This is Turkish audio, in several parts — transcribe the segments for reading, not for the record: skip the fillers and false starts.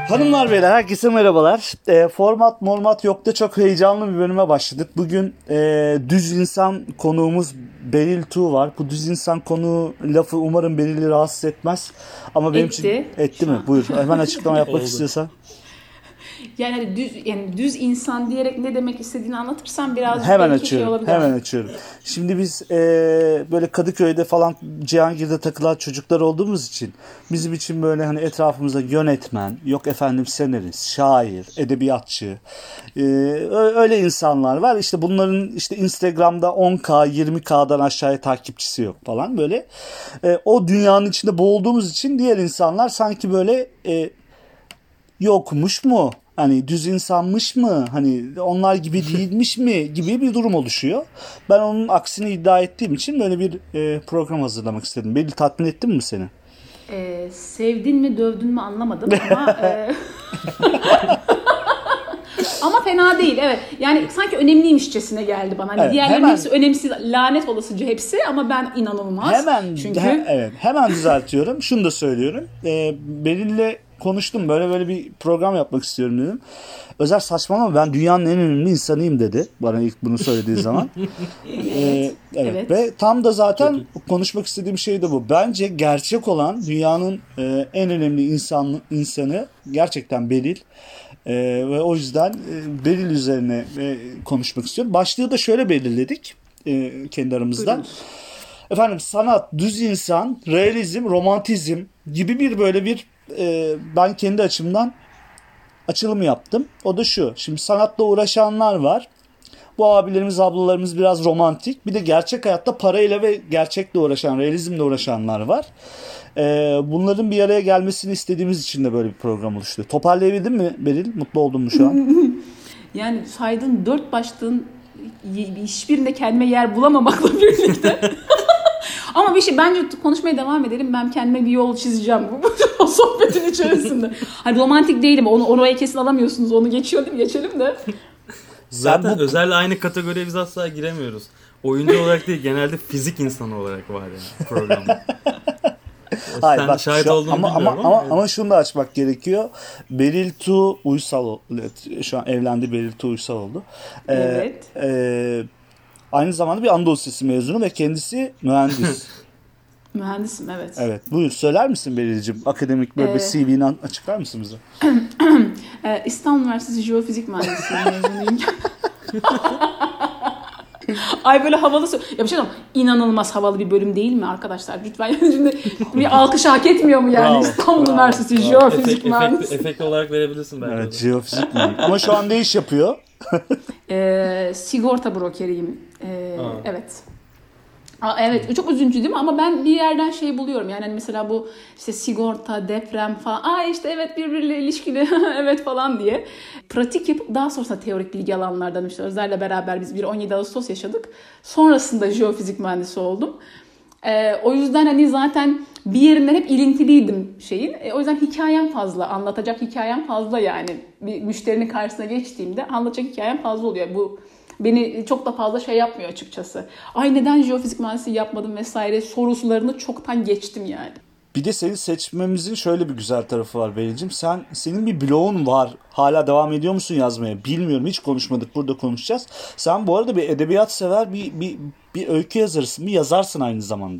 Hanımlar beyler herkese merhabalar. Format yoktu, çok heyecanlı bir bölüme başladık. Bugün düz insan konuğumuz Beril Tuğ var. Bu düz insan konuğu lafı umarım Beril'i rahatsız etmez. Ama benim için etti mi? Buyur hemen açıklama yapmak istiyorsan. Yani düz insan diyerek ne demek istediğini anlatırsan biraz hemen belki açıyorum. şey olabilir. Hemen açıyorum. Şimdi biz böyle Kadıköy'de falan Cihangir'de takılan çocuklar olduğumuz için bizim için böyle hani etrafımızda yönetmen, yok efendim senarist, şair, edebiyatçı öyle insanlar var. İşte bunların işte Instagram'da 10K, 20K'dan aşağıya takipçisi yok falan böyle. O dünyanın içinde boğulduğumuz için diğer insanlar sanki böyle yokmuş mu? Hani düz insanmış mı? Hani onlar gibi değilmiş mi? Gibi bir durum oluşuyor. Ben onun aksini iddia ettiğim için böyle bir program hazırlamak istedim. Beni tatmin ettin mi seni? Sevdin mi dövdün mü anlamadım ama ama fena değil, evet. Yani sanki önemliymişçesine geldi bana. Hani evet, diğerlerinin hepsi önemsiz, lanet olasıca hepsi ama ben inanılmaz. Hemen düzeltiyorum. Şunu da söylüyorum. Beril'le konuştum. Böyle bir program yapmak istiyorum dedim. Özer saçmalama, ben dünyanın en önemli insanıyım dedi. Bana ilk bunu söylediği zaman. Evet. Ve tam da zaten konuşmak istediğim şey de bu. Bence gerçek olan dünyanın en önemli insanı gerçekten Beril. Ve o yüzden Beril üzerine konuşmak istiyorum. Başlığı da şöyle belirledik kendi aramızda. Buyurun. Efendim, sanat, düz insan, realizm, romantizm gibi bir ben kendi açımdan açılım yaptım. O da şu. Şimdi sanatla uğraşanlar var. Bu abilerimiz, ablalarımız biraz romantik. Bir de gerçek hayatta parayla ve gerçekle uğraşan, realizmle uğraşanlar var. Bunların bir araya gelmesini istediğimiz için de böyle bir program oluştu. Toparlayabildin mi Beril? Mutlu oldun mu şu an? Yani saydığın 4 başlığın hiçbirinde kendime yer bulamamakla birlikte. Ama bence konuşmaya devam edelim. Ben kendime bir yol çizeceğim bu sohbetin içerisinde. Hani romantik değilim. Oraya kesin alamıyorsunuz. Onu geçelim de. Zaten Özer'le aynı kategoriye biz asla giremiyoruz. Oyuncu olarak değil, genelde fizik insanı olarak var yani programda. Hayır, sen bak, şahit olduğunu bilmiyorum ama şunu da açmak gerekiyor. Beril Tuğ Uysal, şu an evlendi, Beril Tuğ Uysal oldu. Evet. Aynı zamanda bir Anadolu Lisesi mezunu ve kendisi mühendis. Mühendisim, evet. Evet. Buyur, söyler misin Beril'cim? Akademik böyle bir CV'ni açıklar mısın bize? İstanbul Üniversitesi Jeofizik Mühendisliği mezunuyum. Ay böyle havalı ya bir şey diyeyim, inanılmaz havalı bir bölüm değil mi arkadaşlar? Lütfen şimdi bir alkış hak etmiyor mu yani? İstanbul Üniversitesi Jeofizik Mühendisliği. Efekt olarak verebilirsin belki. Evet, jeofizik mi? Ama şu an ne iş yapıyor? Sigorta brokeriyim. Evet. Evet, çok üzücü değil mi? Ama ben bir yerden şey buluyorum. Yani hani mesela bu işte sigorta, deprem falan. İşte evet, birbiriyle ilişkili evet falan diye. Pratik yapıp daha sonrasında teorik bilgi alanlardan işte Özer'le beraber biz 17 Ağustos yaşadık. Sonrasında jeofizik mühendisi oldum. O yüzden hani zaten bir yerinden hep ilintiliydim şeyin. O yüzden hikayem fazla, anlatacak hikayem fazla yani. Bir müşterinin karşısına geçtiğimde anlatacak hikayem fazla oluyor. Bu beni çok da fazla şey yapmıyor açıkçası. Ay neden jeofizik mühendisliği yapmadım vesaire sorularını çoktan geçtim yani. Bir de seni seçmemizin şöyle bir güzel tarafı var Beril'cim. Senin bir blogun var. Hala devam ediyor musun yazmaya? Bilmiyorum, hiç konuşmadık, burada konuşacağız. Sen bu arada bir edebiyat sever, bir öykü yazarısın, bir yazarsın aynı zamanda.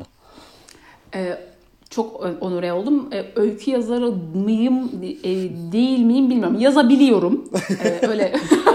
Çok onure oldum. Öykü yazarı mıyım, değil miyim bilmiyorum. Yazabiliyorum. Öyle...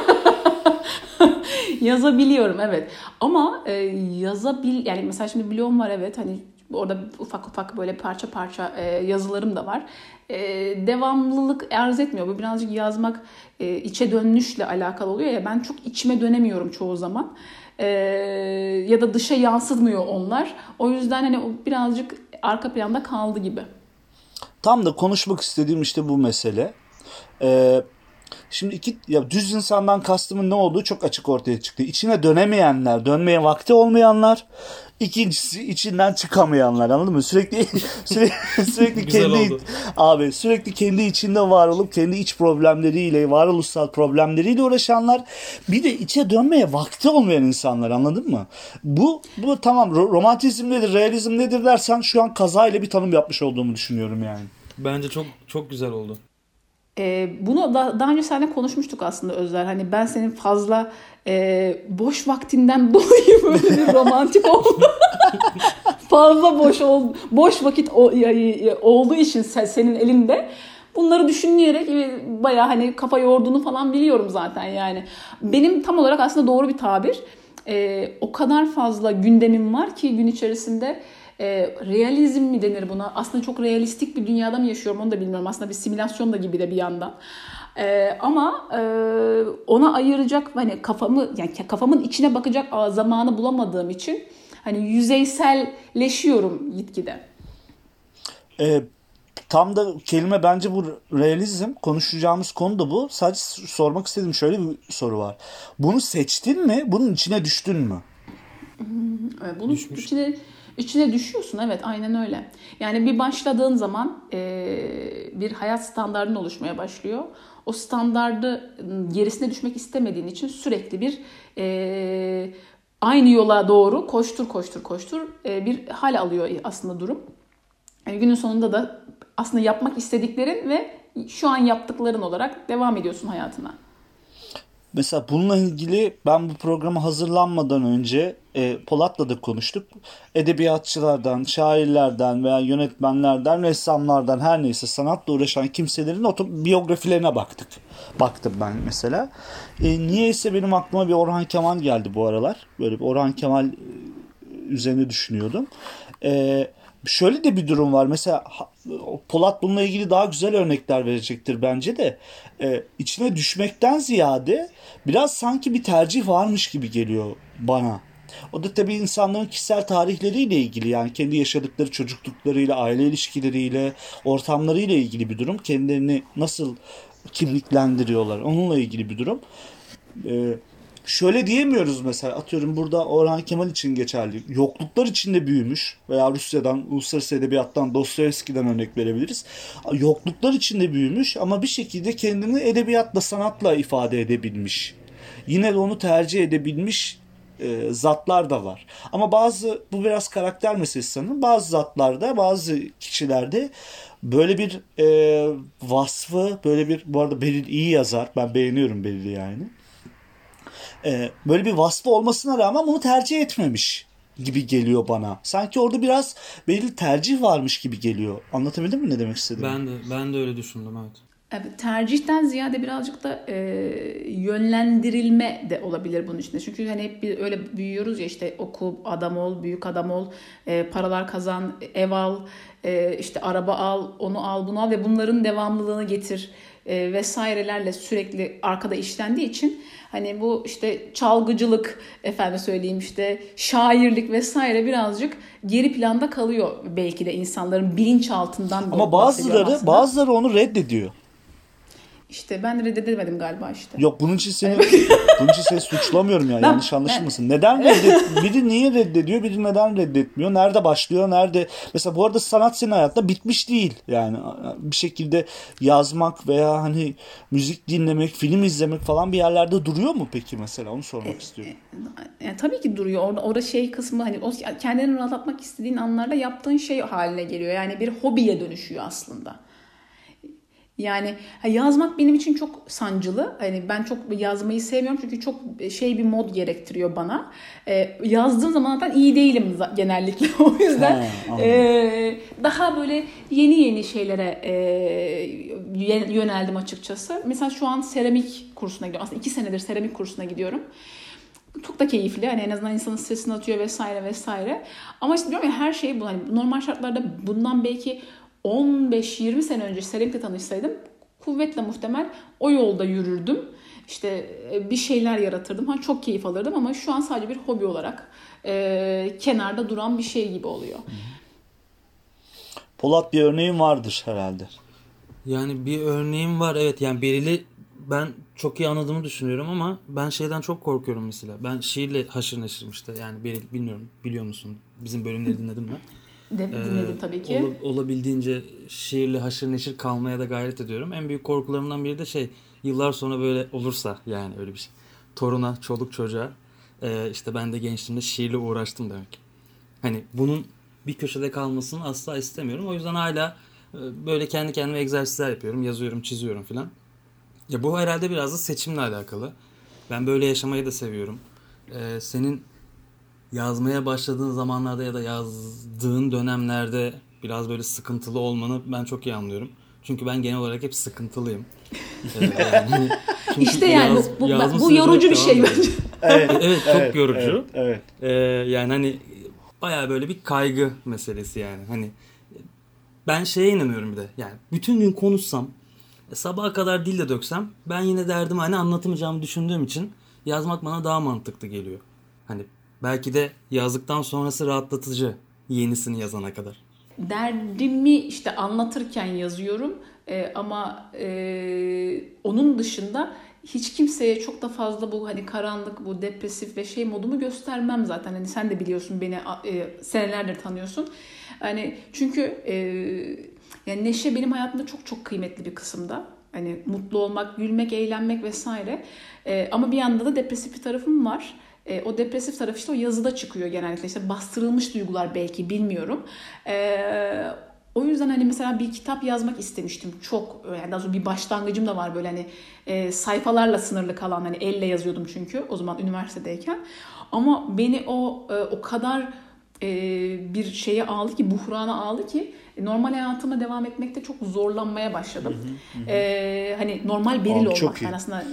Yazabiliyorum, evet. Ama yani mesela şimdi blogum var, evet, hani orada ufak böyle parça yazılarım da var. Devamlılık arz etmiyor. Bu birazcık yazmak içe dönüşle alakalı oluyor ya, ben çok içime dönemiyorum çoğu zaman. Ya da dışa yansıtmıyor onlar. O yüzden hani o birazcık arka planda kaldı gibi. Tam da konuşmak istediğim işte bu mesele. Şimdi düz insandan kastımın ne olduğu çok açık ortaya çıktı. İçine dönemeyenler, dönmeye vakti olmayanlar. İkincisi içinden çıkamayanlar, anladın mı? Sürekli sürekli kendi içinde var olup kendi iç problemleriyle, varoluşsal problemleriyle uğraşanlar. Bir de içe dönmeye vakti olmayan insanlar, anladın mı? Bu tamam, romantizm nedir, realizm nedir dersen şu an kazayla bir tanım yapmış olduğumu düşünüyorum yani. Bence çok çok güzel oldu. Bunu daha önce seninle konuşmuştuk aslında Özler. Hani ben senin fazla boş vaktinden dolayı böyle bir romantik oldum. Fazla boş vakit olduğu için senin elinde bunları düşünerek bayağı hani kafa yorduğunu falan biliyorum zaten yani. Benim tam olarak aslında doğru bir tabir. O kadar fazla gündemim var ki gün içerisinde realizm mi denir buna? Aslında çok realistik bir dünyada mı yaşıyorum onu da bilmiyorum. Aslında bir simülasyon da gibi de bir yandan. Ama ona ayıracak hani kafamın içine bakacak zamanı bulamadığım için hani yüzeyselleşiyorum gitgide. Tam da kelime bence bu realizm. Konuşacağımız konu da bu. Sadece sormak istediğim şöyle bir soru var. Bunu seçtin mi? Bunun içine düştün mü? Bunun içine düşüyorsun. Evet, aynen öyle. Yani bir başladığın zaman bir hayat standardının oluşmaya başlıyor. O standardı gerisine düşmek istemediğin için sürekli bir aynı yola doğru koştur bir hal alıyor aslında durum. Yani günün sonunda da aslında yapmak istediklerin ve şu an yaptıkların olarak devam ediyorsun hayatına. Mesela bununla ilgili ben bu programa hazırlanmadan önce Polat'la da konuştuk. Edebiyatçılardan, şairlerden veya yönetmenlerden, ressamlardan her neyse sanatla uğraşan kimselerin biyografilerine baktık. Baktım ben mesela. Niyeyse benim aklıma bir Orhan Kemal geldi bu aralar. Böyle bir Orhan Kemal üzerine düşünüyordum. Şöyle de bir durum var. Mesela Polat bununla ilgili daha güzel örnekler verecektir bence de. İçine düşmekten ziyade biraz sanki bir tercih varmış gibi geliyor bana. O da tabii insanların kişisel tarihleriyle ilgili, yani kendi yaşadıkları çocukluklarıyla, aile ilişkileriyle, ortamlarıyla ilgili bir durum. Kendilerini nasıl kimliklendiriyorlar onunla ilgili bir durum. Şöyle diyemiyoruz mesela, atıyorum burada Orhan Kemal için geçerli. Yokluklar içinde büyümüş veya Rusya'dan, uluslararası edebiyattan, Dostoyevski'den örnek verebiliriz. Yokluklar içinde büyümüş ama bir şekilde kendini edebiyatla, sanatla ifade edebilmiş. Yine de onu tercih edebilmiş zatlar da var. Ama bu biraz karakter meselesi sanırım. Bazı zatlarda, bazı kişilerde böyle bir vasfı, bu arada Beril iyi yazar. Ben beğeniyorum Beril'i yani. Böyle bir vasfı olmasına rağmen bunu tercih etmemiş gibi geliyor bana. Sanki orada biraz belli tercih varmış gibi geliyor. Anlatabildim mi ne demek istediğimi? Ben de öyle düşündüm, evet. Evet, tercihten ziyade birazcık da yönlendirilme de olabilir bunun içinde. Çünkü hani hep öyle büyüyoruz ya, işte oku, adam ol, büyük adam ol, paralar kazan, ev al, işte araba al, onu al, bunu al ve bunların devamlılığını getir vesairelerle sürekli arkada işlendiği için hani bu işte çalgıcılık, efendim söyleyeyim işte şairlik vesaire birazcık geri planda kalıyor belki de insanların bilinçaltından. Ama bazıları onu reddediyor. İşte ben reddedemedim galiba işte. Yok, bunun için seni suçlamıyorum ya. Yanlış anlaşılmasın. Biri niye reddediyor, biri neden reddetmiyor? Nerede başlıyor, nerede? Mesela bu arada sanat senin hayatında bitmiş değil. Yani bir şekilde yazmak veya hani müzik dinlemek, film izlemek falan bir yerlerde duruyor mu peki mesela? Onu sormak istiyorum. Tabii ki duruyor. Orada şey kısmı, hani o kendini rahatlatmak istediğin anlarda yaptığın şey haline geliyor. Yani bir hobiye dönüşüyor aslında. Yani yazmak benim için çok sancılı. Hani ben çok yazmayı sevmiyorum çünkü çok bir mod gerektiriyor bana. Yazdığım zamanlardan iyi değilim genellikle. O yüzden daha böyle yeni şeylere yöneldim açıkçası. Mesela şu an seramik kursuna gidiyorum. Aslında 2 senedir seramik kursuna gidiyorum. Çok da keyifli. Hani en azından insanın stresini atıyor vesaire. Ama işte diyorum ya, her şey bu. Hani normal şartlarda bundan belki 15-20 sene önce seramikle tanışsaydım kuvvetle muhtemel o yolda yürürdüm. İşte bir şeyler yaratırdım. Çok keyif alırdım ama şu an sadece bir hobi olarak kenarda duran bir şey gibi oluyor. Polat, bir örneğin vardır herhalde. Yani bir örneğim var, evet. Yani Beril'i ben çok iyi anladığımı düşünüyorum ama ben şeyden çok korkuyorum mesela. Ben şiirle haşır neşirim işte. Yani Beril, bilmiyorum, biliyor musun? Bizim bölümleri dinledim ben. Dinledim tabii ki. Olabildiğince şiirle haşır neşir kalmaya da gayret ediyorum. En büyük korkularımdan biri de yıllar sonra böyle olursa, yani öyle bir şey. Toruna, çoluk çocuğa işte ben de gençliğimde şiirle uğraştım demek. Hani bunun bir köşede kalmasını asla istemiyorum. O yüzden hala Böyle kendi kendime egzersizler yapıyorum. Yazıyorum, çiziyorum filan. Ya bu herhalde biraz da seçimle alakalı. Ben böyle yaşamayı da seviyorum. Senin yazmaya başladığın zamanlarda ya da yazdığın dönemlerde biraz böyle sıkıntılı olmanı ben çok iyi anlıyorum. Çünkü ben genel olarak hep sıkıntılıyım. Yani İşte yani bu yorucu bir şey bence. Evet, çok yorucu. Evet. Yani hani bayağı böyle bir kaygı meselesi yani. Hani ben şeye inanıyorum bir de. Yani bütün gün konuşsam, sabaha kadar dil de döksem ben yine derdimi hani anlatamayacağımı düşündüğüm için yazmak bana daha mantıklı geliyor. Hani belki de yazdıktan sonrası rahatlatıcı yenisini yazana kadar. Derdimi işte anlatırken yazıyorum. Ama onun dışında hiç kimseye çok da fazla bu hani karanlık, bu depresif ve şey modumu göstermem zaten. Hani sen de biliyorsun beni, senelerdir tanıyorsun. Hani çünkü yani neşe benim hayatımda çok çok kıymetli bir kısımda. Hani mutlu olmak, gülmek, eğlenmek vesaire. Ama bir yanda da depresif bir tarafım var. O depresif taraf işte o yazıda çıkıyor genellikle. İşte bastırılmış duygular belki, bilmiyorum. O yüzden hani mesela bir kitap yazmak istemiştim. Çok, yani daha sonra bir başlangıcım da var böyle hani sayfalarla sınırlı kalan, hani elle yazıyordum çünkü o zaman üniversitedeyken. Ama beni o kadar bir şeye aldı ki, buhrana aldı ki normal hayatıma devam etmekte çok zorlanmaya başladım. Hani normal beril olmaktan aslında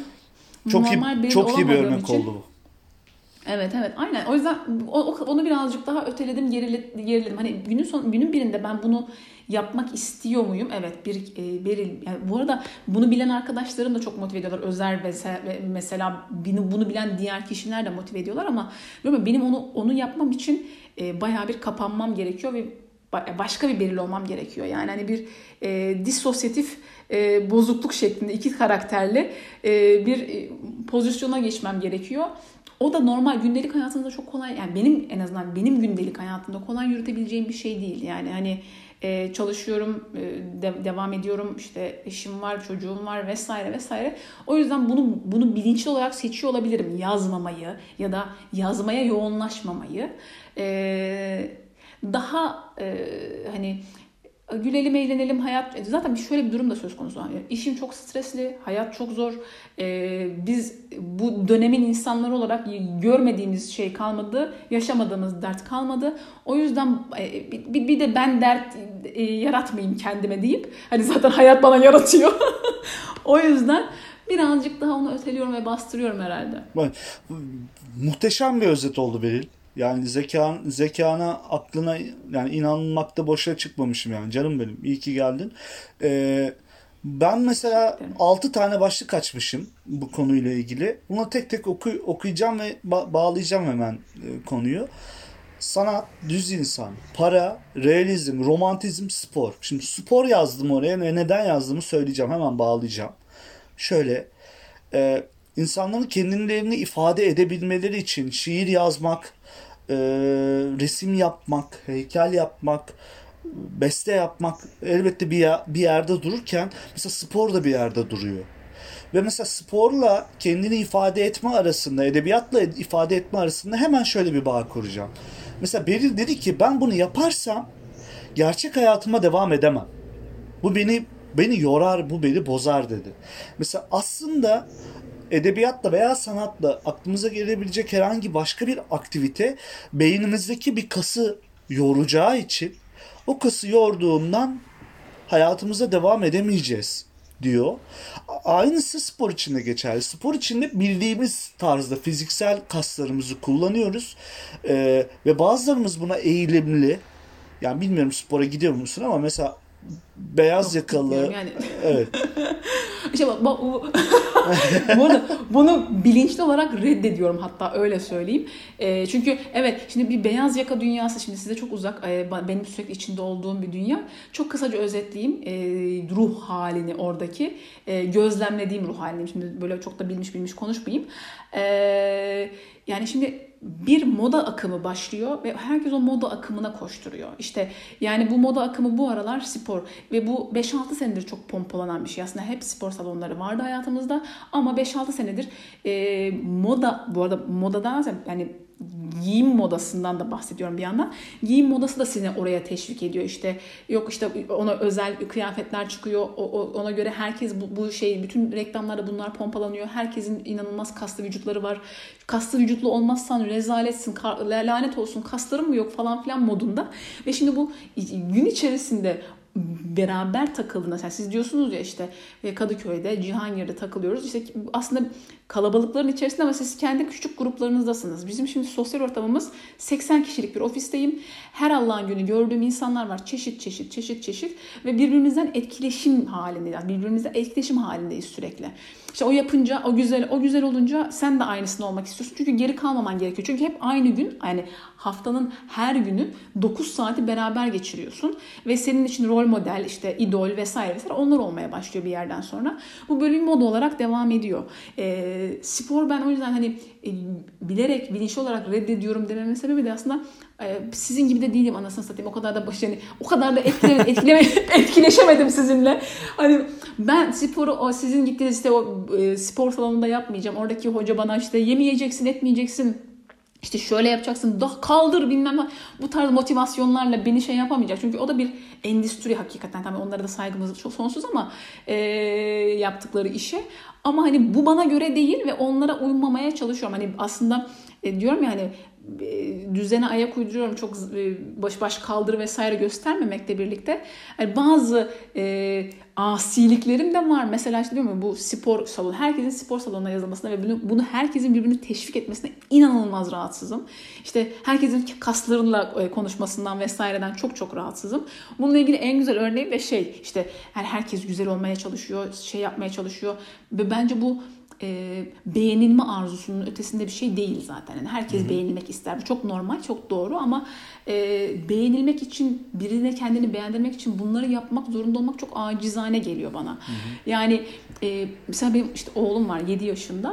çok iyi bir örnek oldu bu. Evet aynen. O yüzden onu birazcık daha öteledim, geriledim. Hani günün birinde ben bunu yapmak istiyor muyum? Evet, beril. Yani bu arada bunu bilen arkadaşlarım da çok motive ediyorlar. Özer ve mesela bunu bilen diğer kişiler de motive ediyorlar ama benim onu yapmam için bayağı bir kapanmam gerekiyor ve başka bir beril olmam gerekiyor. Yani hani bir disosyatif bozukluk şeklinde iki karakterli bir pozisyona geçmem gerekiyor. O da normal gündelik hayatımda çok kolay, yani en azından benim gündelik hayatımda kolay yürütebileceğim bir şey değil. Yani hani çalışıyorum, devam ediyorum, işte eşim var, çocuğum var vesaire. O yüzden bunu bilinçli olarak seçiyor olabilirim, yazmamayı ya da yazmaya yoğunlaşmamayı. Daha hani gülelim, eğlenelim, hayat. Zaten şöyle bir durum da söz konusu. Yani işim çok stresli, hayat çok zor. Biz bu dönemin insanları olarak görmediğimiz şey kalmadı, yaşamadığımız dert kalmadı. O yüzden bir de ben dert yaratmayayım kendime deyip, hani zaten hayat bana yaratıyor. O yüzden birazcık daha onu öteliyorum ve bastırıyorum herhalde. Muhteşem bir özet oldu Beril. Yani zekana, aklına yani inanmakta boşa çıkmamışım yani. Canım benim. İyi ki geldin. Ben mesela 6 tane başlık açmışım bu konuyla ilgili. Bunu tek tek okuyacağım ve bağlayacağım hemen konuyu. Sanat, düz insan, para, realizm, romantizm, spor. Şimdi spor yazdım oraya ve neden yazdığımı söyleyeceğim. Hemen bağlayacağım. Şöyle, insanların kendilerini ifade edebilmeleri için şiir yazmak, resim yapmak, heykel yapmak, beste yapmak elbette bir yerde dururken mesela spor da bir yerde duruyor. Ve mesela sporla kendini ifade etme arasında, edebiyatla ifade etme arasında hemen şöyle bir bağ kuracağım. Mesela Beril dedi ki ben bunu yaparsam gerçek hayatıma devam edemem. Bu beni yorar, bu beni bozar dedi. Mesela aslında edebiyatla veya sanatla aklımıza gelebilecek herhangi başka bir aktivite beynimizdeki bir kası yoracağı için o kası yorduğundan hayatımıza devam edemeyeceğiz diyor. Aynısı spor için de geçerli. Spor için de bildiğimiz tarzda fiziksel kaslarımızı kullanıyoruz. Ve bazılarımız buna eğilimli. Yani bilmiyorum spora gidiyor musun ama mesela beyaz yakalı. Yani. Evet. İşte bunu bilinçli olarak reddediyorum, hatta öyle söyleyeyim. Çünkü evet, şimdi bir beyaz yaka dünyası şimdi size çok uzak. Benim sürekli içinde olduğum bir dünya. Çok kısaca özetleyeyim ruh halini, oradaki gözlemlediğim ruh halini. Şimdi böyle çok da bilmiş konuşmayayım. Yani şimdi bir moda akımı başlıyor ve herkes o moda akımına koşturuyor. İşte yani bu moda akımı bu aralar spor. Ve bu 5-6 senedir çok pompalanan bir şey. Aslında hep spor salonları vardı hayatımızda ama 5-6 senedir moda, bu arada modadan yani giyim modasından da bahsediyorum bir yandan. Giyim modası da seni oraya teşvik ediyor. İşte yok işte ona özel kıyafetler çıkıyor. Ona göre herkes bu şey, bütün reklamlarda bunlar pompalanıyor. Herkesin inanılmaz kaslı vücutları var. Kaslı vücutlu olmazsan rezaletsin, lanet olsun, kasların mı yok falan filan modunda. Ve şimdi bu gün içerisinde beraber takıldığında, yani siz diyorsunuz ya işte Kadıköy'de, Cihangir'de takılıyoruz. İşte aslında kalabalıkların içerisinde ama siz kendi küçük gruplarınızdasınız. Bizim şimdi sosyal ortamımız 80 kişilik bir ofisteyim. Her Allah'ın günü gördüğüm insanlar var. Çeşit ve birbirimizden etkileşim halindeyiz. Yani birbirimizden etkileşim halindeyiz sürekli. İşte o yapınca, o güzel olunca sen de aynısını olmak istiyorsun. Çünkü geri kalmaman gerekiyor. Çünkü hep aynı gün, yani haftanın her günü 9 saati beraber geçiriyorsun. Ve senin için rol model, işte idol vesaire onlar olmaya başlıyor bir yerden sonra. Bu böyle bir moda olarak devam ediyor. Spor, ben o yüzden hani bilerek, bilinçli olarak reddediyorum dememin sebebi de aslında sizin gibi de değilim, anasını satayım. O kadar da o kadar da etkileşemedim sizinle. Hani ben sporu sizin gittiğiniz işte o spor salonunda yapmayacağım. Oradaki hoca bana işte yemeyeceksin, etmeyeceksin, İşte şöyle yapacaksın, daha kaldır bilmem ne. Bu tarz motivasyonlarla beni şey yapamayacak. Çünkü o da bir endüstri hakikaten. Tabii onlara da saygımız çok sonsuz ama yaptıkları işe. Ama hani bu bana göre değil ve onlara uymamaya çalışıyorum. Hani aslında diyorum ya, hani düzene ayak uyduruyorum. Çok baş kaldır vesaire göstermemekle birlikte. Yani bazı asiliklerim de var. Mesela işte diyorum ya, bu spor salonu, herkesin spor salonuna yazılmasına ve bunu herkesin birbirini teşvik etmesine inanılmaz rahatsızım. İşte herkesin kaslarıyla konuşmasından vesaireden çok rahatsızım. Bununla ilgili en güzel örneği de işte herkes güzel olmaya çalışıyor, şey yapmaya çalışıyor ve bence bu beğenilme arzusunun ötesinde bir şey değil zaten. Yani herkes beğenilmek ister. Bu çok normal, çok doğru ama beğenilmek için, birine kendini beğendirmek için bunları yapmak zorunda olmak çok acizane geliyor bana. Yani mesela benim işte oğlum var 7 yaşında.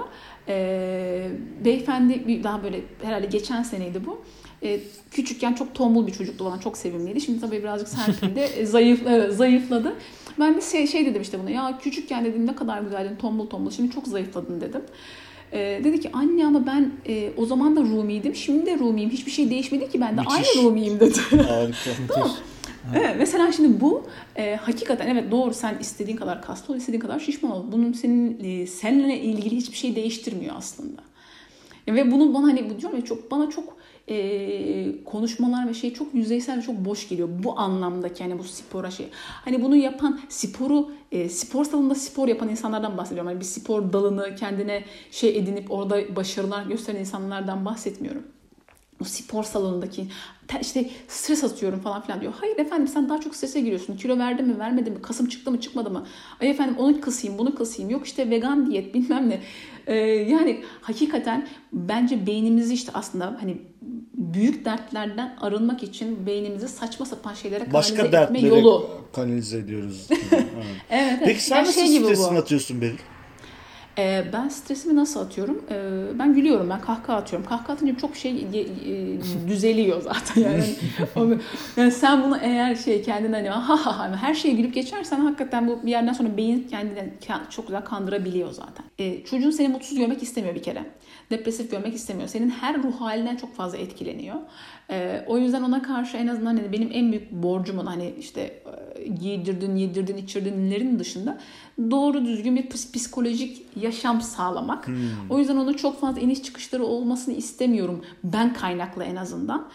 Beyefendi daha böyle herhalde geçen seneydi bu. Küçükken çok tombul bir çocuktu, bana çok sevimliydi. Şimdi tabii birazcık serpildi, zayıfladı. Ben de şey dedim işte buna, ya küçükken dedim ne kadar güzeldin, tombul, şimdi çok zayıfladın dedim. Dedi ki anne ama ben o zaman da Rumi'ydim, şimdi de Rumi'yim, hiçbir şey değişmedi ki, ben de aynı Rumi'yim dedi. Harika. Tamam. Evet, mesela şimdi bu hakikaten evet doğru, sen istediğin kadar kaslı ol, istediğin kadar şişman ol. Bunun seninle ilgili hiçbir şey değiştirmiyor aslında. Ve bunu bana hani diyorum ya, bana çok konuşmalar ve çok yüzeysel ve çok boş geliyor. Bu anlamdaki hani bu spora Hani bunu yapan, spor salonunda spor yapan insanlardan bahsediyorum. Yani bir spor dalını kendine edinip orada başarılar gösteren insanlardan bahsetmiyorum. O spor salonundaki işte stres atıyorum falan filan diyor. Hayır efendim, sen daha çok strese giriyorsun. Kilo verdi mi vermedi mi? Kasım çıktı mı çıkmadı mı? Ay efendim onu kısayım bunu kısayım. Yok işte vegan diyet bilmem ne. Yani hakikaten bence beynimizi işte aslında hani büyük dertlerden arınmak için beynimizi saçma sapan şeylere kanalize etme yolu. Başka dertlere kanalize ediyoruz. Evet. Peki sen nasıl stresini atıyorsun Beril? Ben stresimi nasıl atıyorum? Ben gülüyorum, ben kahkaha atıyorum. Kahkaha atınca çok düzeliyor zaten yani. Yani sen bunu eğer kendinden her şeye gülüp geçersen hakikaten bu bir yerden sonra beyin kendini çok güzel kandırabiliyor zaten. Çocuğun seni mutsuz görmek istemiyor bir kere. Depresif görmek istemiyor. Senin her ruh halinden çok fazla etkileniyor. O yüzden ona karşı en azından hani benim en büyük borcum ona hani işte giydirdin, yedirdin, içirdinlerin dışında doğru düzgün bir psikolojik yaşam sağlamak. O yüzden onun çok fazla iniş çıkışları olmasını istemiyorum. Ben kaynaklı en azından.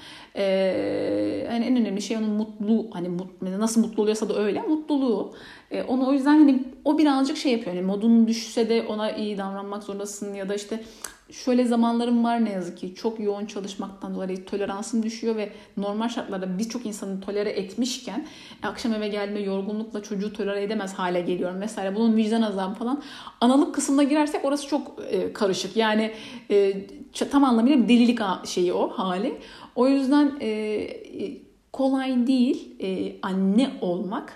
Yani en önemli şey onun mutlu, hani nasıl mutlu oluyorsa da öyle mutluluğu. Onu o yüzden hani o birazcık yapıyor. Hani modun düşse de ona iyi davranmak zorundasın ya da işte şöyle zamanlarım var ne yazık ki. Çok yoğun çalışmaktan dolayı toleransım düşüyor ve normal şartlarda birçok insanı tolere etmişken akşam eve geldiğimde yorgunlukla çocuğu tolere edemez hale geliyorum vesaire. Bunun vicdan azabı falan. Analık kısmına girersek orası çok karışık. Yani tam anlamıyla delilik o hali. O yüzden kolay değil anne olmak.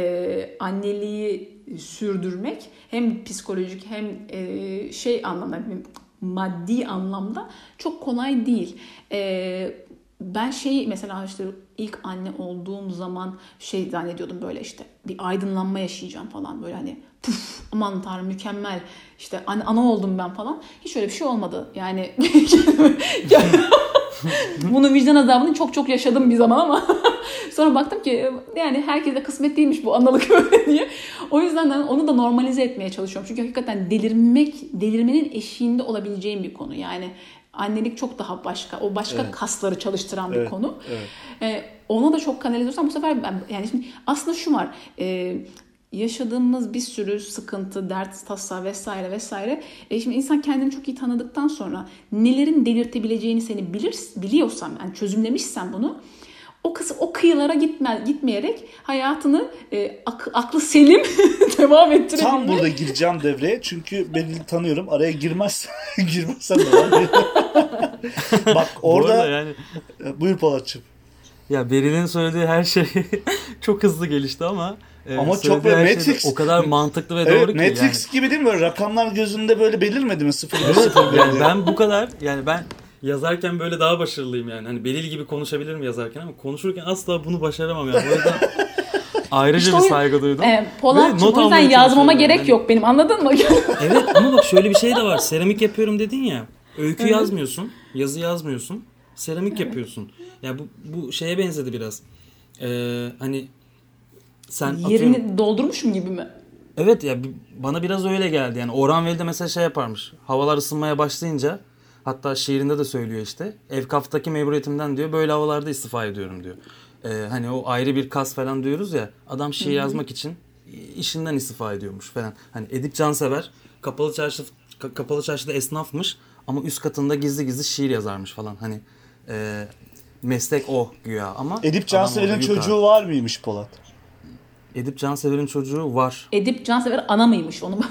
Anneliği sürdürmek hem psikolojik hem anlamda maddi anlamda çok kolay değil. ben mesela işte ilk anne olduğum zaman zannediyordum, böyle işte bir aydınlanma yaşayacağım falan, böyle hani puf, aman tanrım mükemmel, işte ana oldum ben falan. Hiç öyle bir şey olmadı. Yani bunu, vicdan azabını çok çok yaşadım bir zaman ama sonra baktım ki yani herkese kısmet değilmiş bu analık böyle diye. O yüzden onu da normalize etmeye çalışıyorum. Çünkü hakikaten delirmenin eşiğinde olabileceğim bir konu. Yani annelik çok daha başka. O başka kasları çalıştıran bir konu. Evet. Ona da çok kanalize olursam bu sefer yani şimdi aslında şu var. Yaşadığımız bir sürü sıkıntı, dert, tasa vesaire vesaire. Şimdi insan kendini çok iyi tanıdıktan sonra nelerin delirtebileceğini seni biliyorsan, yani çözümlemişsen bunu, o kıyılara gitmeyerek hayatını aklı selim devam ettirebilmek. Tam burada gireceğim devreye, çünkü Beril'i tanıyorum. Araya girmezsem de var. Bak orada yani... Buyur Polat'cığım. Ya Beril'in söylediği her şey çok hızlı gelişti ama çok böyle Matrix, o kadar mantıklı ve doğru ki. Matrix gibi değil mi? Böyle rakamlar gözünde böyle belirmedi mi? 0 yani ben bu kadar, yani ben yazarken böyle daha başarılıyım yani. Hani Beril gibi konuşabilirim yazarken ama konuşurken asla bunu başaramam yani. O yüzden ayrıca işte bir saygı duydum. Polat'cığım, o yüzden yazmama gerek yok benim, anladın mı? Evet, ama bak şöyle bir şey de var. Seramik yapıyorum dedin ya. Öykü yazmıyorsun, yazı yazmıyorsun. Seramik yapıyorsun. Ya bu şeye benzedi biraz. Hani sen yerini doldurmuşum gibi mi? Evet ya, bana biraz öyle geldi. Yani Orhan Veli de mesela şey yaparmış. Havalar ısınmaya başlayınca, hatta şiirinde de söylüyor işte. Evkaftaki meburiyetimden diyor, böyle havalarda istifa ediyorum diyor. Hani o ayrı bir kas falan diyoruz ya. Adam şiir yazmak için işinden istifa ediyormuş falan. Hani Edip Cansever Kapalı Çarşı'da esnafmış ama üst katında gizli gizli şiir yazarmış falan. Hani meslek o güya ama Edip Cansever'in çocuğu var mıymış Polat? Edip Cansever'in çocuğu var. Edip Cansever ana mıymış onu?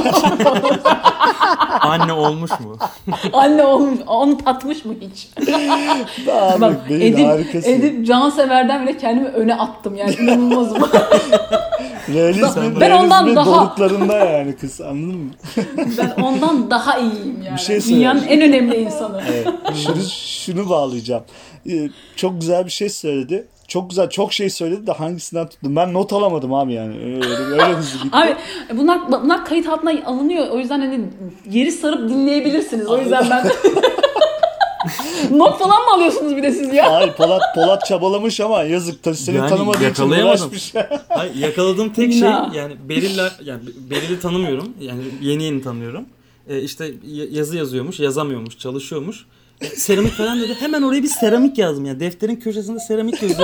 Anne olmuş mu? Anne olmuş. Onu tatmış mı hiç? Bak, Edip Cansever'den bile kendimi öne attım yani, inanılmazım. Realizmin doruklarında yani kız, anladın mı? Ben ondan daha iyiyim yani. Bir dünyanın en önemli insanı. Evet. Şunu bağlayacağım. Çok güzel bir şey söyledi. Çok güzel, çok şey söyledi de hangisinden tuttum? Ben not alamadım abi yani. Öyle hızlı gitti. Abi bunlar kayıt altına alınıyor. O yüzden hani yeri sarıp dinleyebilirsiniz. O yüzden ben... Not falan mı alıyorsunuz bir de siz ya? Hayır, Polat çabalamış ama yazık. Seni yani tanımadığım için uğraşmış. Hayır, yakaladığım tek şey yani Beril'i tanımıyorum. Yani yeni tanıyorum. İşte yazı yazıyormuş, yazamıyormuş, çalışıyormuş. Seramik falan dedi. Hemen oraya bir seramik yazdım. Yani defterin köşesinde seramik yazıyor.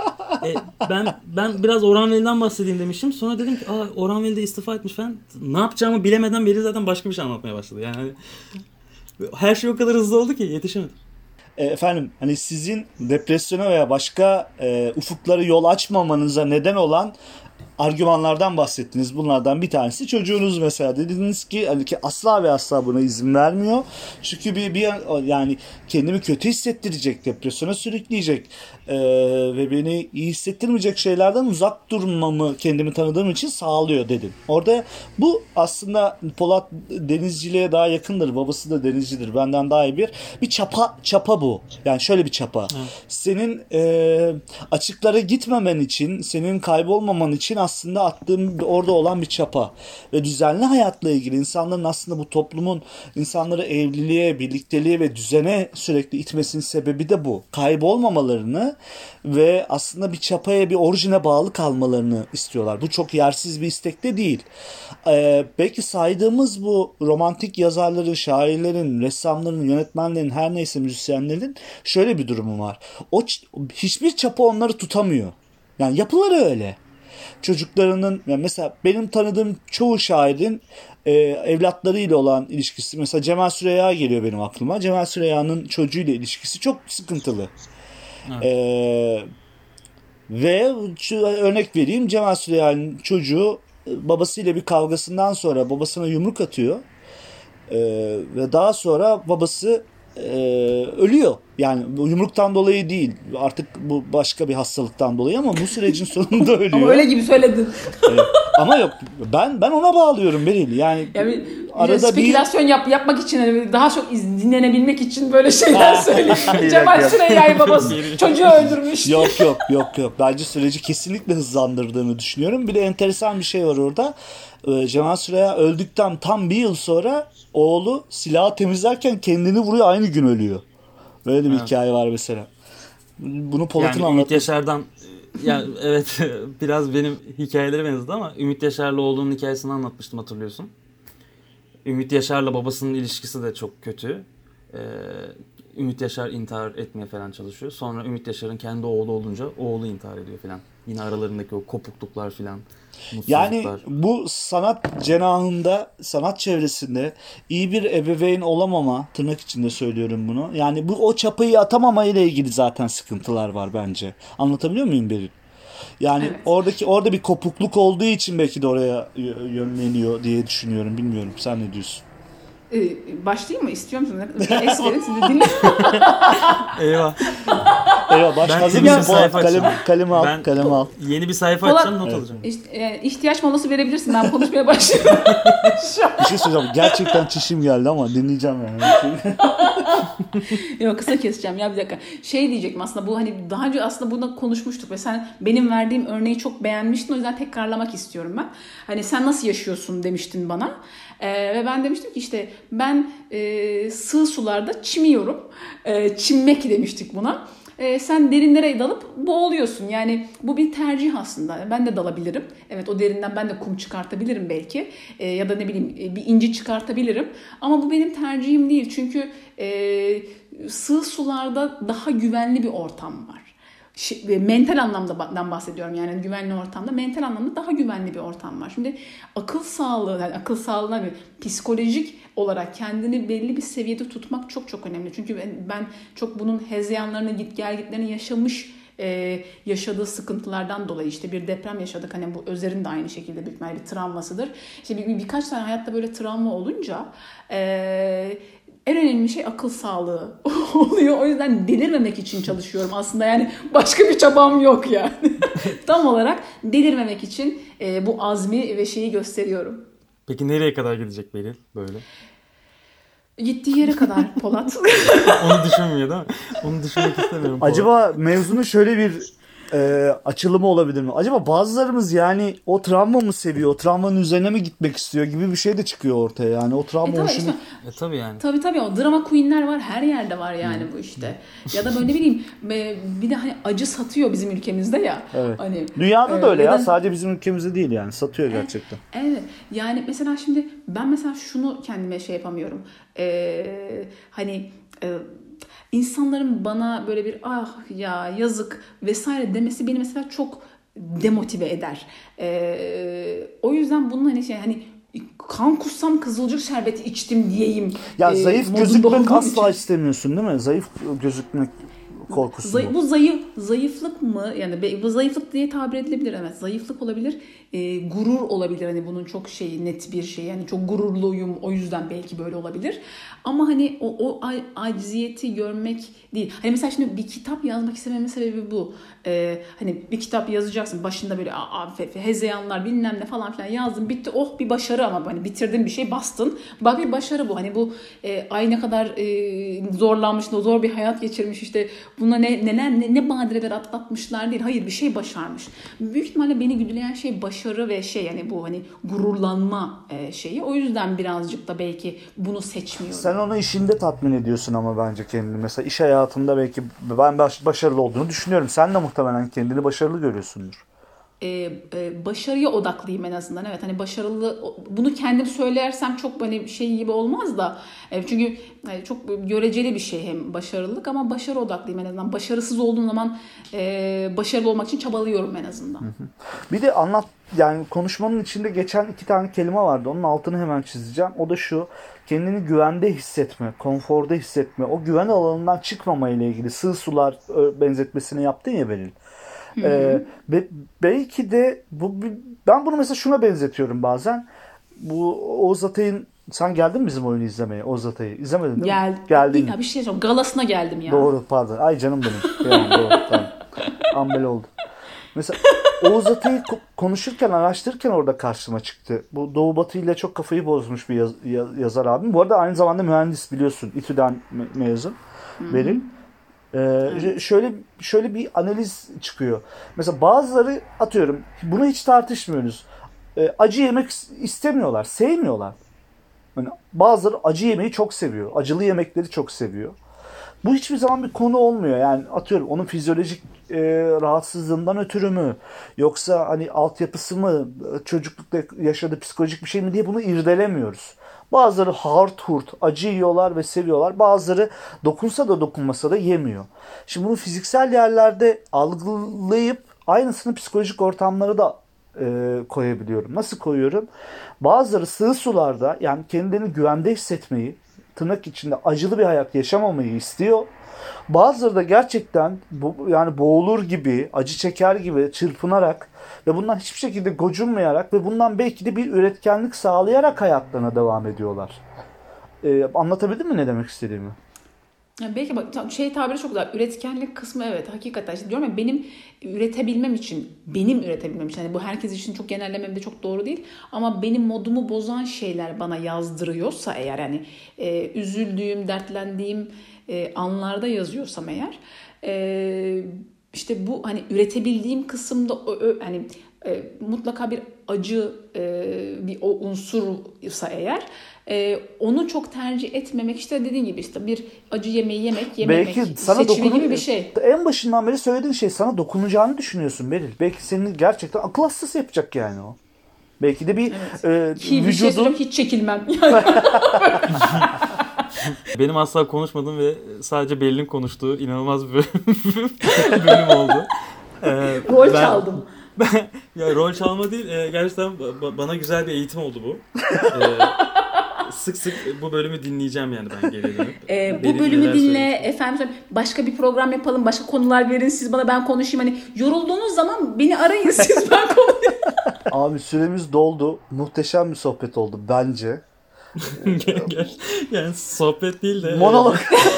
Ben biraz Orhan Veli'den bahsedeyim demişim. Sonra dedim ki Orhan Veli de istifa etmiş falan. Ne yapacağımı bilemeden Beril zaten başka bir şey anlatmaya başladı. Yani her şey o kadar hızlı oldu ki yetişemedim. Efendim, hani sizin depresyona veya başka ufukları yol açmamanıza neden olan argümanlardan bahsettiniz. Bunlardan bir tanesi çocuğunuz mesela. Dediniz ki hani ki asla ve asla buna izin vermiyor. Çünkü yani kendimi kötü hissettirecek, depresyona sürükleyecek ve beni iyi hissettirmeyecek şeylerden uzak durmamı kendimi tanıdığım için sağlıyor dedim. Orada bu aslında Polat denizciliğe daha yakındır. Babası da denizcidir. Benden daha iyi bir çapa bu. Yani şöyle bir çapa. Senin açıklara gitmemen için, senin kaybolmaman için aslında attığım orada olan bir çapa. Ve düzenli hayatla ilgili insanların aslında bu toplumun insanları evliliğe, birlikteliğe ve düzene sürekli itmesinin sebebi de bu. Kaybolmamalarını ve aslında bir çapaya, bir orijine bağlı kalmalarını istiyorlar. Bu çok yersiz bir istek de değil. Belki saydığımız bu romantik yazarların, şairlerin, ressamların, yönetmenlerin, her neyse müzisyenlerin şöyle bir durumu var. Hiçbir çapa onları tutamıyor. Yani yapıları öyle. Çocuklarının, yani mesela benim tanıdığım çoğu şairin evlatlarıyla olan ilişkisi, mesela Cemal Süreya geliyor benim aklıma. Cemal Süreya'nın çocuğuyla ilişkisi çok sıkıntılı. Ve örnek vereyim, Cemal Süreya'nın çocuğu babasıyla bir kavgasından sonra babasına yumruk atıyor ve daha sonra babası ölüyor. Yani yumruktan dolayı değil, artık bu başka bir hastalıktan dolayı, ama bu sürecin sonunda ölüyor. Ama öyle gibi söyledin. Ama yok, ben ona bağlıyorum Beril. Yani arada spekülasyon yapmak için hani daha çok dinlenebilmek için böyle şeyler söyleyeyim. Cemal Süreyya'yı babası çocuğu öldürmüş. Yok. Bence süreci kesinlikle hızlandırdığını düşünüyorum. Bir de enteresan bir şey var orada. Cemal Süreyya öldükten tam bir yıl sonra oğlu silahı temizlerken kendini vuruyor, aynı gün ölüyor. Böyle bir hikaye var mesela. Bunu Polat'ın yani Ümit anlatması. Yaşar'dan ya evet biraz benim hikayelere benzedi ama Ümit Yaşar'la oğlunun hikayesini anlatmıştım, hatırlıyorsun. Ümit Yaşar'la babasının ilişkisi de çok kötü. Ümit Yaşar intihar etmeye falan çalışıyor. Sonra Ümit Yaşar'ın kendi oğlu olunca oğlu intihar ediyor falan. Yine aralarındaki o kopukluklar falan. Yani bu sanat cenahında, sanat çevresinde iyi bir ebeveyn olamama, tırnak içinde söylüyorum bunu. Yani bu o çapayı atamama ile ilgili zaten sıkıntılar var bence. Anlatabiliyor muyum Beril? Yani Evet. orada bir kopukluk olduğu için belki de oraya yönleniyor diye düşünüyorum. Bilmiyorum. Sen ne diyorsun? Başlayayım mı? İstiyor musunuz? Es verin, sizi dinleyin. Eyvah. Eyvah, Ben hazır bir mısın? sayfa Kalemi al, Ben kalemi al. yeni bir sayfa Polat- açacağım, not alacağım. İhtiyaç molası verebilirsin. Ben konuşmaya başlıyorum. Şu an. Bir şey söyleyeceğim. Gerçekten çişim geldi ama dinleyeceğim yani. Yok, kısa keseceğim ya, bir dakika. Şey diyecektim aslında, bu hani daha önce aslında bunu konuşmuştuk ve sen benim verdiğim örneği çok beğenmiştin, o yüzden tekrarlamak istiyorum ben. Hani sen nasıl yaşıyorsun demiştin bana. Ve ben demiştim ki işte ben sığ sularda çimiyorum. Çimmek demiştik buna. Sen derinlere dalıp boğuluyorsun. Yani bu bir tercih aslında. Ben de dalabilirim. Evet, o derinden ben de kum çıkartabilirim belki. Ya da ne bileyim bir inci çıkartabilirim. Ama bu benim tercihim değil. Çünkü sığ sularda daha güvenli bir ortam var. Mental anlamdan bahsediyorum, yani güvenli ortamda, mental anlamda daha güvenli bir ortam var. Şimdi akıl sağlığı, yani akıl sağlığına bir psikolojik olarak kendini belli bir seviyede tutmak çok çok önemli. Çünkü ben çok bunun hezeyanlarını, gitgellerini yaşadığı sıkıntılardan dolayı, işte bir deprem yaşadık, hani bu Özer'in de aynı şekilde büyük bir travmasıdır. İşte birkaç tane hayatta böyle travma olunca en önemli şey akıl sağlığı oluyor. O yüzden delirmemek için çalışıyorum aslında. Yani başka bir çabam yok yani. Tam olarak delirmemek için bu azmi ve şeyi gösteriyorum. Peki nereye kadar gidecek Beril böyle? Gittiği yere kadar Polat. Onu düşünmüyor değil mi? Onu düşünmek istemiyorum. Acaba mevzunun şöyle bir açılımı olabilir mi? Acaba bazılarımız yani o travma mı seviyor, o travmanın üzerine mi gitmek istiyor gibi bir şey de çıkıyor ortaya. Yani o travma Tabii, hoşuna... Tabii yani. Tabii o drama queenler var, her yerde var yani bu işte. Ya da böyle ne bileyim, bir de hani acı satıyor bizim ülkemizde ya. Evet. Hani, Dünyada da öyle ya. da, sadece bizim ülkemizde değil yani. Satıyor gerçekten. Evet. Yani mesela şimdi ben mesela şunu kendime şey yapamıyorum. Hani insanların bana böyle bir ah ya yazık vesaire demesi beni mesela çok demotive eder. O yüzden bunun hani kan kussam kızılcık şerbeti içtim diyeyim. Ya zayıf modunda gözükmek olduğum asla için. istemiyorsun değil mi? Zayıf gözükmek korkusu mu? Bu zayıflık mı? Yani bu zayıflık diye tabir edilebilir. Evet, zayıflık olabilir. Gurur olabilir. Hani bunun çok net bir şey. Yani çok gururluyum. O yüzden belki böyle olabilir. Ama hani o acziyeti görmek değil. Hani mesela şimdi bir kitap yazmak istememin sebebi bu. Hani bir kitap yazacaksın. Başında böyle hezeyanlar bilmem ne falan filan yazdın. Bitti. Oh, bir başarı ama hani bitirdin bir şey, bastın. Bak, bir başarı bu. Hani bu ay ne kadar zorlanmış, zor bir hayat geçirmiş, işte buna ne badireler atlatmışlar değil. Hayır, bir şey başarmış. Büyük ihtimalle beni güdüleyen şey başarı ve yani bu hani gururlanma şeyi. O yüzden birazcık da belki bunu seçmiyorum. Sen onu işinde tatmin ediyorsun ama bence kendini. Mesela iş hayatında belki ben başarılı olduğunu düşünüyorum. Sen de muhtemelen kendini başarılı görüyorsundur. Başarıya odaklıyım en azından. Evet, hani başarılı, bunu kendim söylersem çok hani şey gibi olmaz da çünkü çok göreceli bir şey hem başarılılık, ama başarı odaklıyım en azından. Başarısız olduğum zaman başarılı olmak için çabalıyorum en azından. Bir de yani konuşmanın içinde geçen 2 tane kelime vardı. Onun altını hemen çizeceğim. O da şu: kendini güvende hissetme, konforda hissetme, o güven alanından çıkmama ile ilgili sığ sular benzetmesini yaptın ya Beril. Belki de ben bunu mesela şuna benzetiyorum bazen. Bu Oğuz Atay'ın, sen geldin mi bizim oyunu izlemeye? Oğuz Atay'ı izlemedin değil mi? Geldin. Ya bir şey söyleyeyim. Galasına geldim ya. Doğru, pardon. Ay canım benim. Yani doğru, tamam. Ambel oldu. Mesela Oğuz Atay'ı konuşurken, araştırırken orada karşıma çıktı. Bu Doğu Batı ile çok kafayı bozmuş bir yazar abim. Bu arada aynı zamanda mühendis, biliyorsun. İTÜ'den mezun. Beril. Şöyle bir analiz çıkıyor. Mesela bazıları, atıyorum, bunu hiç tartışmıyoruz. Acı yemek istemiyorlar, sevmiyorlar. Yani bazıları acı yemeyi çok seviyor. Acılı yemekleri çok seviyor. Bu hiçbir zaman bir konu olmuyor. Yani atıyorum, onun fizyolojik rahatsızlığından ötürü mü? Yoksa hani altyapısı mı? Çocuklukta yaşadığı psikolojik bir şey mi diye bunu irdelemiyoruz. Bazıları hart hurt acı yiyorlar ve seviyorlar. Bazıları dokunsa da dokunmasa da yemiyor. Şimdi bunu fiziksel yerlerde algılayıp aynısını psikolojik ortamlara da koyabiliyorum. Nasıl koyuyorum? Bazıları sığ sularda, yani kendilerini güvende hissetmeyi, tırnak içinde acılı bir hayat yaşamamayı istiyor. Bazıları da gerçekten yani boğulur gibi, acı çeker gibi çırpınarak ve bundan hiçbir şekilde gocunmayarak ve bundan belki de bir üretkenlik sağlayarak hayatlarına devam ediyorlar. Anlatabildim mi ne demek istediğimi? Ya belki bak tabiri çok güzel. Üretkenlik kısmı, evet, hakikaten. İşte diyorum ya, benim üretebilmem için hani bu herkes için çok genellemem de çok doğru değil, ama benim modumu bozan şeyler bana yazdırıyorsa eğer, yani üzüldüğüm, dertlendiğim anlarda yazıyorsam eğer, işte bu hani üretebildiğim kısımda hani mutlaka bir acı bir o unsursa eğer, onu çok tercih etmemek, işte dediğin gibi işte bir acı yemeği yememek belki sana seçimi gibi bir şey. En başından beri söylediğin şey sana dokunacağını düşünüyorsun Beril. Belki seni gerçekten akıl hastası yapacak yani o. Belki de bir Ki bir şey söyleyeyim, hiç çekilmem. Benim asla konuşmadığım ve sadece Beril'in konuştuğu inanılmaz bir bölüm oldu. Rol çaldım. Ya rol çalma değil, gerçekten bana güzel bir eğitim oldu bu. Sık sık bu bölümü dinleyeceğim yani ben geriye dönüp. Bu bölümü dinle efendim, başka bir program yapalım, başka konular verin siz bana, ben konuşayım, hani yorulduğunuz zaman beni arayın siz, ben konuşayım. Abi süremiz doldu. Muhteşem bir sohbet oldu bence. Yani sohbet değil de monolog.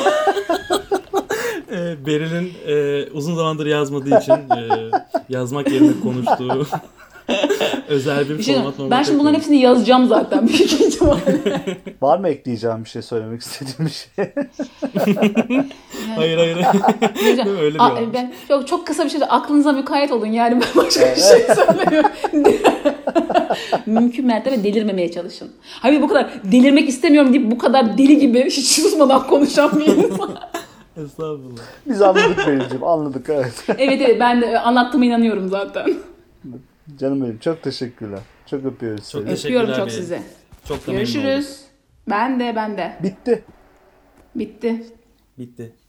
Beril'in uzun zamandır yazmadığı için yazmak yerine konuştuğu özel bir format. Ben şimdi bunların hepsini yazacağım zaten büyük ihtimalle. Var mı ekleyeceğim bir şey, söylemek istediğim bir şey? Hayır. Öyle diyor. Ben çok kısa bir şey de aklınıza mukayyet olun, yani ben başka bir şey söylemiyorum. Mümkün mertebe delirmemeye çalışın. Hayır, bu kadar delirmek istemiyorum deyip bu kadar deli gibi hiç susmadan konuşan bir insan. Estağfurullah. Biz anladık Beril'ciğim, anladık, evet. Evet, ben de anlattığıma inanıyorum zaten. Canım benim, çok teşekkürler. Çok öpüyoruz seni. Öpüyorum çok sizi. Çok da görüşürüz. Ben de. Bitti. Bitti. Bitti.